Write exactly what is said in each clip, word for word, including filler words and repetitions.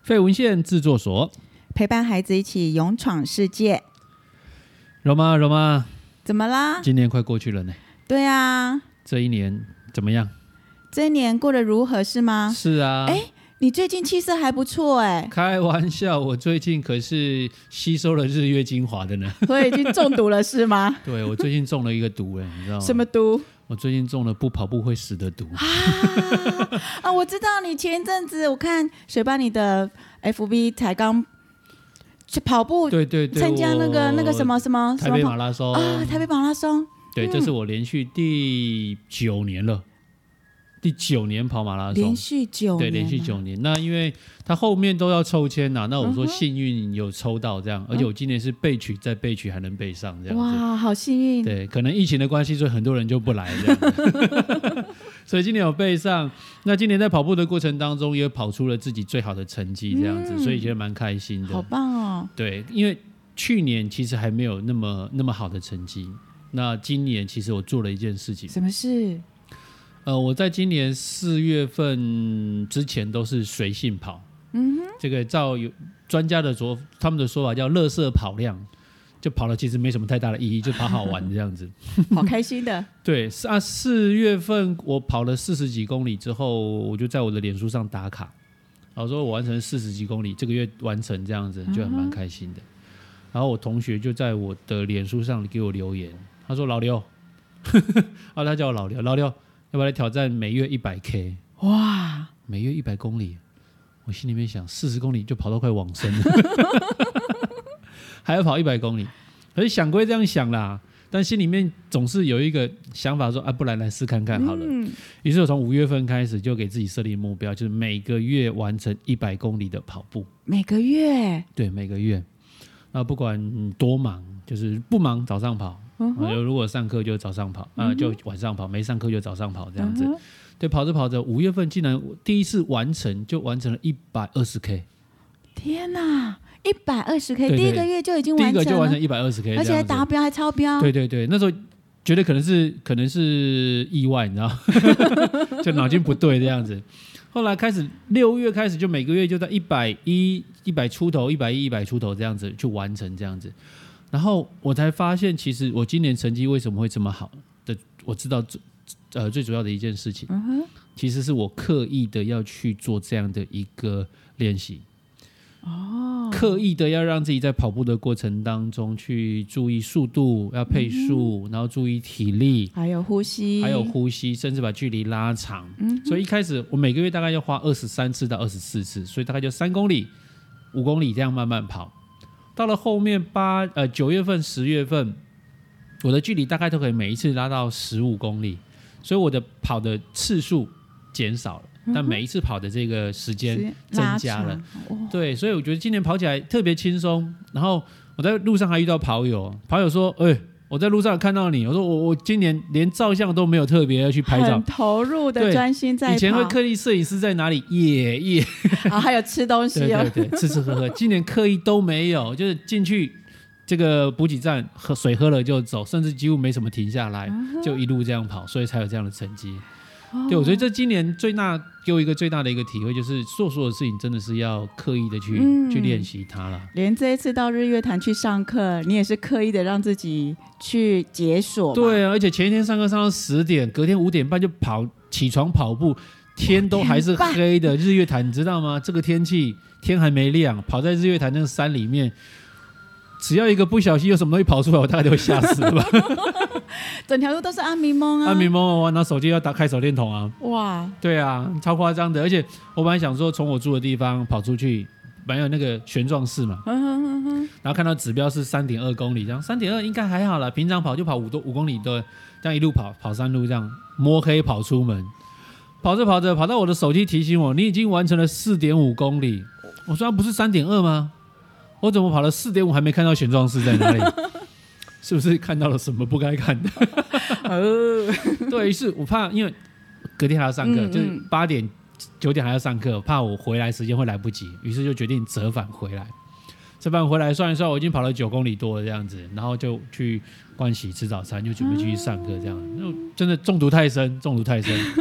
废文献制作所， 陪伴孩子一起勇闯世界。 柔妈，柔妈， 怎么啦？ 今年快过去了呢。 对啊， 这一年怎么样？ 这一年过得如何是吗？ 是啊。 哎，你最近气色还不错哎。 开玩笑，我最近可是吸收了日月精华的呢。 所以已经中毒了是吗？ 对，我最近中了一个毒哎，你知道吗？ 什么毒？ 我最近中了不跑步会死的毒啊！啊，我知道你前一阵子我看水爸你的 F B 才刚去跑步， 对对对， 参加那个那个什么什么台北马拉松啊，台北马拉松。 对， 嗯、 这是我连续第九年了。第九年跑马拉松， 连续九年， 对，连续九年。那因为他后面都要抽签呐、啊，那我说幸运有抽到这样，嗯、而且我今年是备取再备取还能备上这样子。 哇，好幸运！ 对，可能疫情的关系，所以很多人就不来这样。所以今年有备上。那今年在跑步的过程当中，也跑出了自己最好的成绩这样子，嗯、所以觉得蛮开心的。 好棒哦！ 对，因为去年其实还没有那么那么好的成绩。那今年其实我做了一件事情。 什么事？ 呃，我在今年四月份之前都是随性跑，嗯哼，这个照有专家的说，他们的说法叫垃圾跑量，就跑了其实没什么太大的意义，就跑好玩这样子， 好开心的。对啊，四月份我跑了四十几公里之后，我就在我的脸书上打卡，然后说我完成四十几公里，这个月完成这样子，就很蛮开心的。嗯、然后我同学就在我的脸书上给我留言，他说老刘，啊，他叫我老刘，老刘。要不要来挑战每月 一百 K？ 哇，每月一百公里，我心里面想四十公里就跑到快往生了，还要跑一百公里。可是想归这样想啦，但心里面总是有一个想法说啊，不然来试看看好了。嗯、于是我从五月份开始就给自己设立目标，就是每个月完成一百公里的跑步。 每个月？对， 每个月。那不管多忙，就是不忙早上跑。Uh huh. 如果上课就早上跑，呃 uh huh. 就晚上跑，没上课就早上跑这样子。Uh huh. 对，跑着跑着，五月份竟然第一次完成，就完成了一百二十 K。 天哪，一百二十 K， 第一个月就已经完成了， 第一个就完成一百二十 K， 而且还达标还超标。 对对对，那时候觉得可能是可能是意外，你知道，就脑筋不对这样子。后来开始六月开始，就每个月就在一百一、一百出头、一百一、一百出头这样子去完成这样子。然后我才发现，其实我今年成绩为什么会这么好的，我知道最呃最主要的一件事情，嗯哼，其实是我刻意的要去做这样的一个练习，哦，刻意的要让自己在跑步的过程当中去注意速度，要配速，嗯、然后注意体力， 还有呼吸， 还有呼吸，甚至把距离拉长。嗯，所以一开始我每个月大概要花二十三次到二十四次，所以大概就三公里、五公里这样慢慢跑。到了后面八呃九月份、十月份，我的距离大概都可以每一次拉到十五公里，所以我的跑的次数减少了，嗯、但每一次跑的这个时间增加了。对，所以我觉得今年跑起来特别轻松。然后我在路上还遇到跑友，跑友说：“哎、欸，我在路上看到你。”我说我：“我今年连照相都没有特别要去拍照， 很投入的专心在跑。以前会刻意摄影师在哪里耶耶， 啊，还有吃东西哦， 对对对，吃吃喝喝。今年刻意都没有，就是进去这个补给站喝水喝了就走，甚至几乎没什么停下来，uh huh. 就一路这样跑，所以才有这样的成绩。Oh. 对，我觉得这今年最大给我一个最大的一个体会，就是做所有事情真的是要刻意的去、嗯、去练习它了。 连这一次到日月潭去上课，你也是刻意的让自己去解锁。 对啊，而且前一天上课上到十点，隔天五点半就跑起床跑步，天都还是黑的。日月潭你知道吗？这个天气天还没亮，跑在日月潭那个山里面，只要一个不小心有什么东西跑出来，我大概都会吓死了吧。 整条路都是暗迷蒙啊， 暗迷蒙，我拿手机要打开手电筒啊，哇，对啊，超夸张的。而且我本来想说从我住的地方跑出去，本来有那个旋状式嘛，嗯哼哼哼，然后看到指标是 三点二公里，这样 三点二应该还好啦，平常跑就跑 五, 多五公里的，这样一路跑跑山路，这样摸黑跑出门，跑着跑着跑到我的手机提醒我，你已经完成了 四点五公里。我说不是 三点二 吗？我怎么跑了 四点五 还没看到旋状式在哪里？是不是看到了什么不该看的？对，是我怕，因为隔天还要上课，嗯嗯就是八点九点还要上课，怕我回来时间会来不及，于是就决定折返回来。折返回来算一算，我已经跑了九公里多了这样子，然后就去盥洗吃早餐，就准备继续上课这样。真的中毒太深，中毒太深。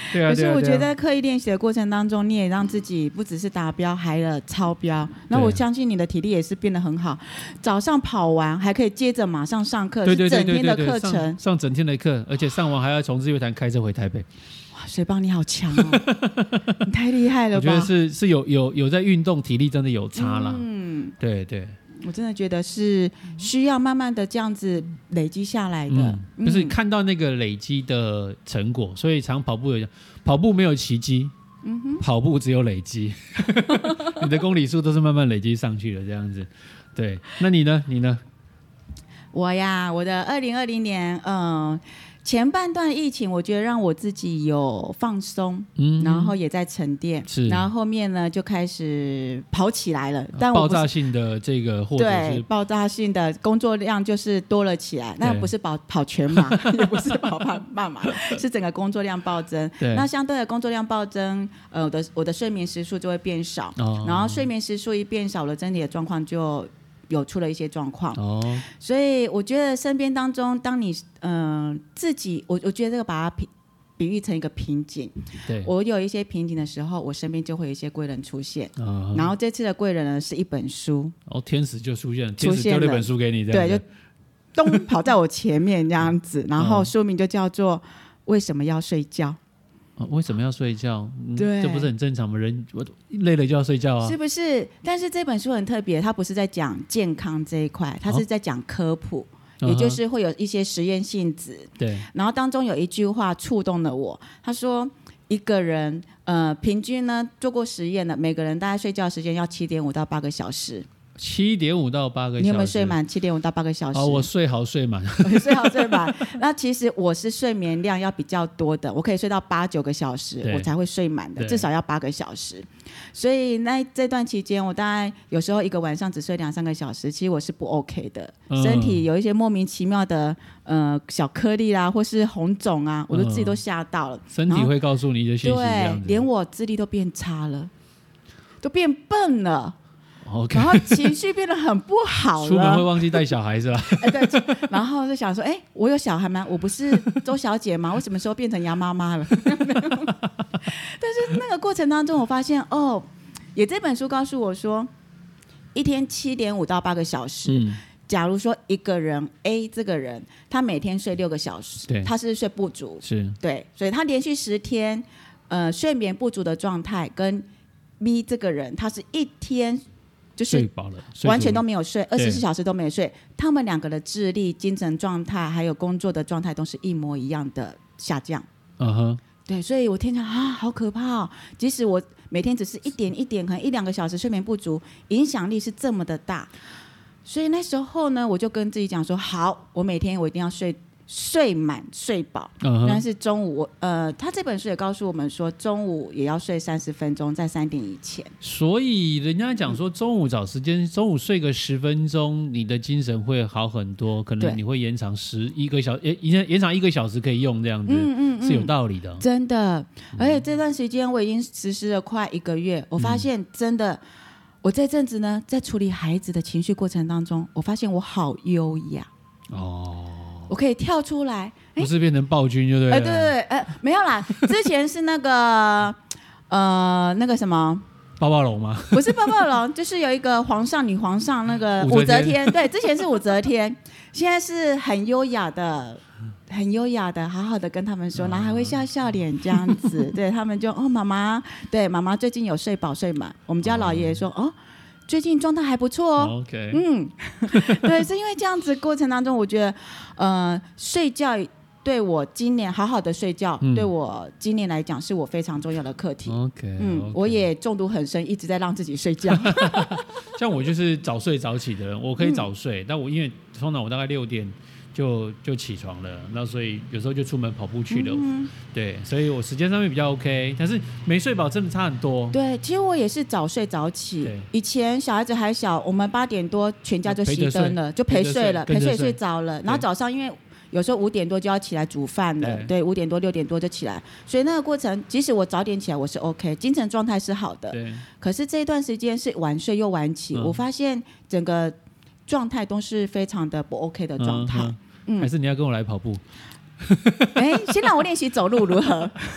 对啊。 可是我觉得在刻意练习的过程当中，你也让自己不只是达标，还有超标。那我相信你的体力也是变得很好。早上跑完还可以接着马上上课，是整天的课程， 上, 上整天的课，而且上完还要从日月潭开车回台北。 哇，水棒你好强哦，你太厉害了吧！ 我觉得是是有有有在运动，体力真的有差啦。嗯，对对。 我真的觉得是需要慢慢的这样子累积下来的， 嗯、就是看到那个累积的成果，所以常跑步有跑步没有奇迹，嗯、跑步只有累积，你的公里数都是慢慢累积上去的这样子。对，那你呢？你呢？ 我呀，我的二零二零年，嗯。前半段疫情我觉得让我自己有放松、嗯、然后也在沉淀，然后后面呢就开始跑起来了，但我爆炸性的这个或者是对爆炸性的工作量就是多了起来，那不是跑跑全马也不是跑半马，是整个工作量暴增。那相对的工作量暴增，呃，我的我的睡眠时数就会变少、哦、然后睡眠时数一变少了，身体的状况就有出了一些状况、哦、所以我觉得身边当中当你、呃、自己 我, 我觉得这个把它 比, 比喻成一个瓶颈，对，我有一些瓶颈的时候我身边就会有一些贵人出现、哦、然后这次的贵人呢是一本书， 哦，天使就出现了，天使丢了一本书给你，这样对，就咚跑在我前面这样子然后书名就叫做为什么要睡觉。 哦、为什么要睡觉、嗯、对，这不是很正常吗？人累了就要睡觉啊， 是不是？但是这本书很特别，它不是在讲健康这一块，它是在讲科普、哦、也就是会有一些实验性质。对，然后当中有一句话触动了我，他说一个人呃平均呢做过实验的，每个人大概睡觉时间要七点五到八个小时。 七点五到八个小时， 你有没有睡满七点五到八个小时？ 哦，我睡好睡满， 睡好睡满。那其实我是睡眠量要比较多的，我可以睡到八九个小时，我才会睡满的，至少要八个小时。所以那这段期间，我大概有时候一个晚上只睡两三个小时，其实我是不 OK 的，嗯、身体有一些莫名其妙的呃小颗粒啦，或是红肿啊，我都自己都吓到了。嗯、 身体会告诉你的讯息， 对，连我智力都变差了，都变笨了。 Okay. 然后情绪变得很不好了， 出门会忘记带小孩是吧？ 欸、对，然后就想说，哎、欸，我有小孩吗？我不是周小姐吗？我什么时候变成杨妈妈了？但是那个过程当中，我发现哦，也这本书告诉我说，一天七点五到八个小时。嗯，假如说一个人 A 这个人，他每天睡六个小时，他是睡不足，是对，所以他连续十天，呃，睡眠不足的状态，跟 B 这个人，他是一天。就是睡饱了， 完全都没有睡，二十四小时都没有睡。他们两个的智力、精神状态还有工作的状态都是一模一样的下降。嗯哼，对，所以我听着啊，好可怕哦！即使我每天只是一点一点，可能一两个小时睡眠不足，影响力是这么的大。所以那时候呢，我就跟自己讲说：好，我每天我一定要睡。睡满睡饱，嗯、但是中午呃，他这本书也告诉我们说，中午也要睡三十分钟，在三点以前。 所以人家讲说，中午找时间，中午睡个十分钟，你的精神会好很多，可能你会延长十一个小时，延延长一个小时可以用这样子，嗯嗯嗯，是有道理的， 真的。而且这段时间我已经实施了快一个月，我发现真的，嗯、我这阵子呢，在处理孩子的情绪过程当中，我发现我好优雅哦。我可以跳出来， 不是变成暴君就对了。 呃、对对对，呃，没有啦，之前是那个呃那个什么抱抱龙吗？ 不是抱抱龙，就是有一个皇上女皇上那个武则天，对，之前是武则天，现在是很优雅的，很优雅的，好好的跟他们说，然后还会笑笑脸这样子，对他们就哦妈妈，对妈妈最近有睡饱睡满，我们家老爷爷说哦。最近状态还不错哦。 Okay. 嗯，对，是因为这样子过程当中，我觉得，呃，睡觉对我今年好好的睡觉，嗯、对我今年来讲是我非常重要的课题。 OK， 嗯， okay. 我也中毒很深，一直在让自己睡觉。 像我就是早睡早起的人，我可以早睡，嗯、但我因为通常我大概六点。就就起床了，那所以有时候就出门跑步去了，嗯、对，所以我时间上面比较 OK， 但是没睡饱真的差很多。 对，其实我也是早睡早起，以前小孩子还小，我们八点多全家就熄灯了，就陪睡了，陪睡睡着了，然后早上因为有时候五点多就要起来煮饭了，对，对，五点多六点多就起来，所以那个过程，即使我早点起来我是 OK， 精神状态是好的，对，可是这一段时间是晚睡又晚起，嗯、我发现整个状态都是非常的不 OK 的状态。嗯嗯、还是你要跟我来跑步？ 哎，先让我练习走路如何？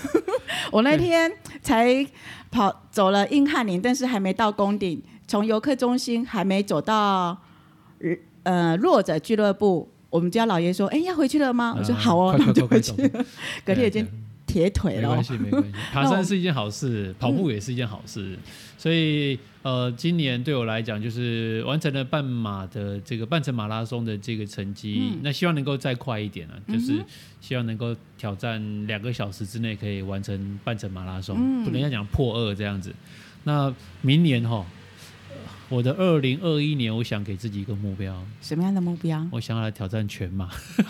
我那天才跑走了硬汉岭，但是还没到宫顶，从游客中心还没走到呃弱者俱乐部，我们家老爷说：“哎，要回去了吗？”我说：“好哦，那就回去了。”隔天已经铁腿了。 没关系，没关系。爬山是一件好事，跑步也是一件好事。所以，呃，今年对我来讲，就是完成了半马的这个半程马拉松的这个成绩。嗯、那希望能够再快一点啊，就是希望能够挑战两个小时之内可以完成半程马拉松，嗯、不能要讲破二这样子。那明年哈。我的二零二一年，我想给自己一个目标。 什么样的目标？ 我想要来挑战全马。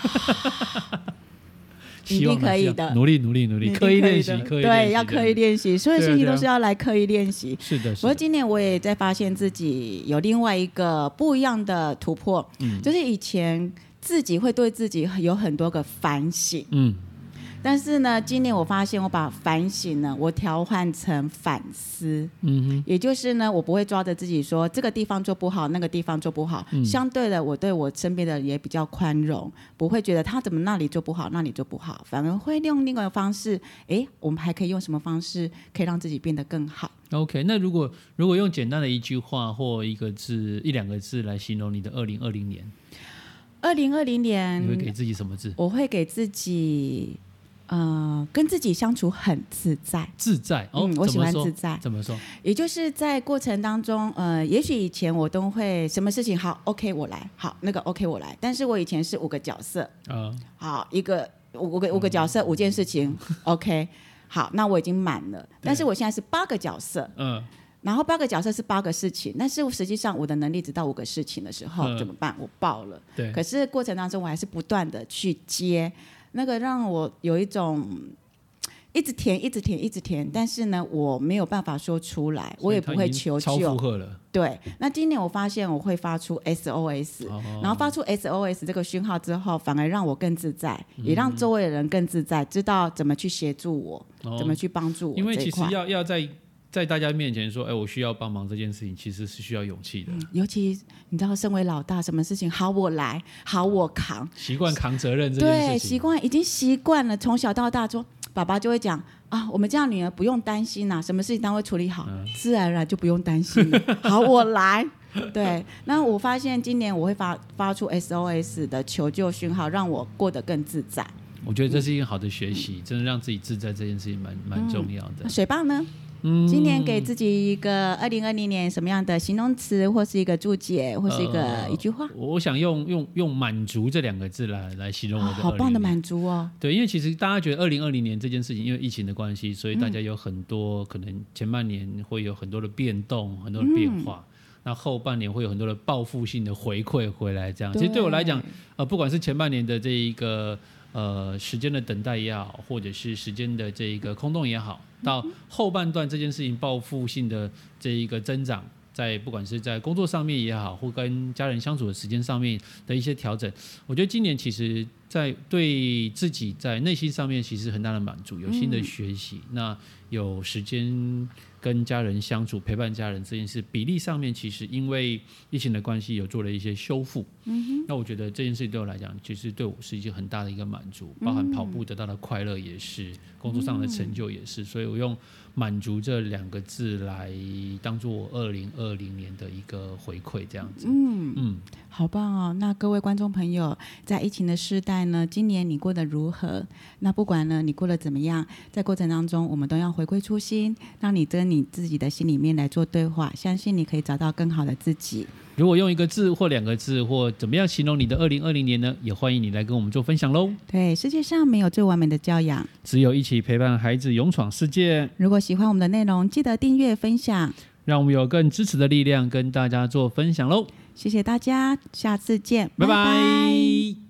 一定可以的， 努力努力努力，刻意练习，刻意对，要刻意练习，所有事情都是要来刻意练习。 是的， 不过今年我也在发现自己有另外一个不一样的突破，嗯，就是以前自己会对自己有很多个反省，嗯。但是呢，今年我发现我把反省呢，我调换成反思，嗯哼，也就是呢，我不会抓着自己说这个地方做不好，那个地方做不好。嗯、相对的，我对我身边的人也比较宽容，不会觉得他怎么那里做不好，那里做不好，反而会用另外一个方式，哎，我们还可以用什么方式可以让自己变得更好 ？OK， 那如果如果用简单的一句话或一个字、一两个字来形容你的二零二零年， 二零二零年你会给自己什么字？ 我会给自己。呃，跟自己相处很自在， 自在，哦、 嗯，我喜欢自在。 怎么说？ 也就是在过程当中，呃，也许以前我都会什么事情好 ，OK 我来，好那个 OK 我来，但是我以前是五个角色，啊、嗯，好一个五个五个角色、嗯、五件事情 ，OK， 好，那我已经满了，但是我现在是八个角色，嗯，然后八个角色是八个事情，但是实际上我的能力只到五个事情的时候、嗯、怎么办？我爆了，对，可是过程当中我还是不断的去接。那个让我有一种一直填一直填一直填，但是呢我没有办法说出来，我也不会求救， 超负荷了。 对，那今年我发现我会发出 S O S、哦、然后发出 S O S 这个讯号之后，反而让我更自在、嗯、也让周围的人更自在，知道怎么去协助我、哦、怎么去帮助我。 因为其实要要在在大家面前说，哎，我需要帮忙这件事情，其实是需要勇气的。嗯、 尤其你知道，身为老大，什么事情好我来，好我扛， 习惯扛责任这件事情。 对，习惯已经习惯了，从小到大说，爸爸就会讲啊，我们这样女儿不用担心呐、啊，什么事情他会处理好，嗯、自然而然就不用担心了。好，我来。对，那我发现今年我会发发出 S O S 的求救讯号，让我过得更自在。 我觉得这是一个好的学习，嗯、真的让自己自在这件事情蛮蛮重要的。 嗯、水棒呢？嗯、今年给自己一个二零二零年什么样的形容词，或是一个注解，或是一个、呃、一句话？ 我想用用用满足这两个字来来形容我的二零二零年、 哦。好棒的满足哦！ 对，因为其实大家觉得二零二零年这件事情，因为疫情的关系，所以大家有很多、嗯、可能前半年会有很多的变动，很多的变化。嗯，那后半年会有很多的报复性的回馈回来，这样其实对我来讲，呃，不管是前半年的这一个呃时间的等待也好，或者是时间的这一个空洞也好，到后半段这件事情报复性的这一个增长，在不管是在工作上面也好，或跟家人相处的时间上面的一些调整，我觉得今年其实在对自己在内心上面其实很大的满足，有新的学习，嗯、那有时间跟家人相处、陪伴家人这件事，比例上面其实因为疫情的关系，有做了一些修复。嗯、那我觉得这件事情对我来讲，其实对我是一件很大的一个满足，包含跑步得到的快乐也是，工作上的成就也是，所以我用满足这两个字来当做我二零二零年的一个回馈，这样子。嗯嗯，好棒哦！那各位观众朋友，在疫情的时代呢，今年你过得如何？那不管呢你过得怎么样，在过程当中，我们都要回归初心，让你跟你自己的心里面来做对话，相信你可以找到更好的自己。 如果用一个字或两个字或怎么样形容你的二零二零年呢，也欢迎你来跟我们做分享咯。 对，世界上没有最完美的教养， 只有一起陪伴孩子勇闯世界。 如果喜欢我们的内容，记得订阅分享， 让我们有更支持的力量跟大家做分享咯。 谢谢大家，下次见， 拜拜。 拜拜。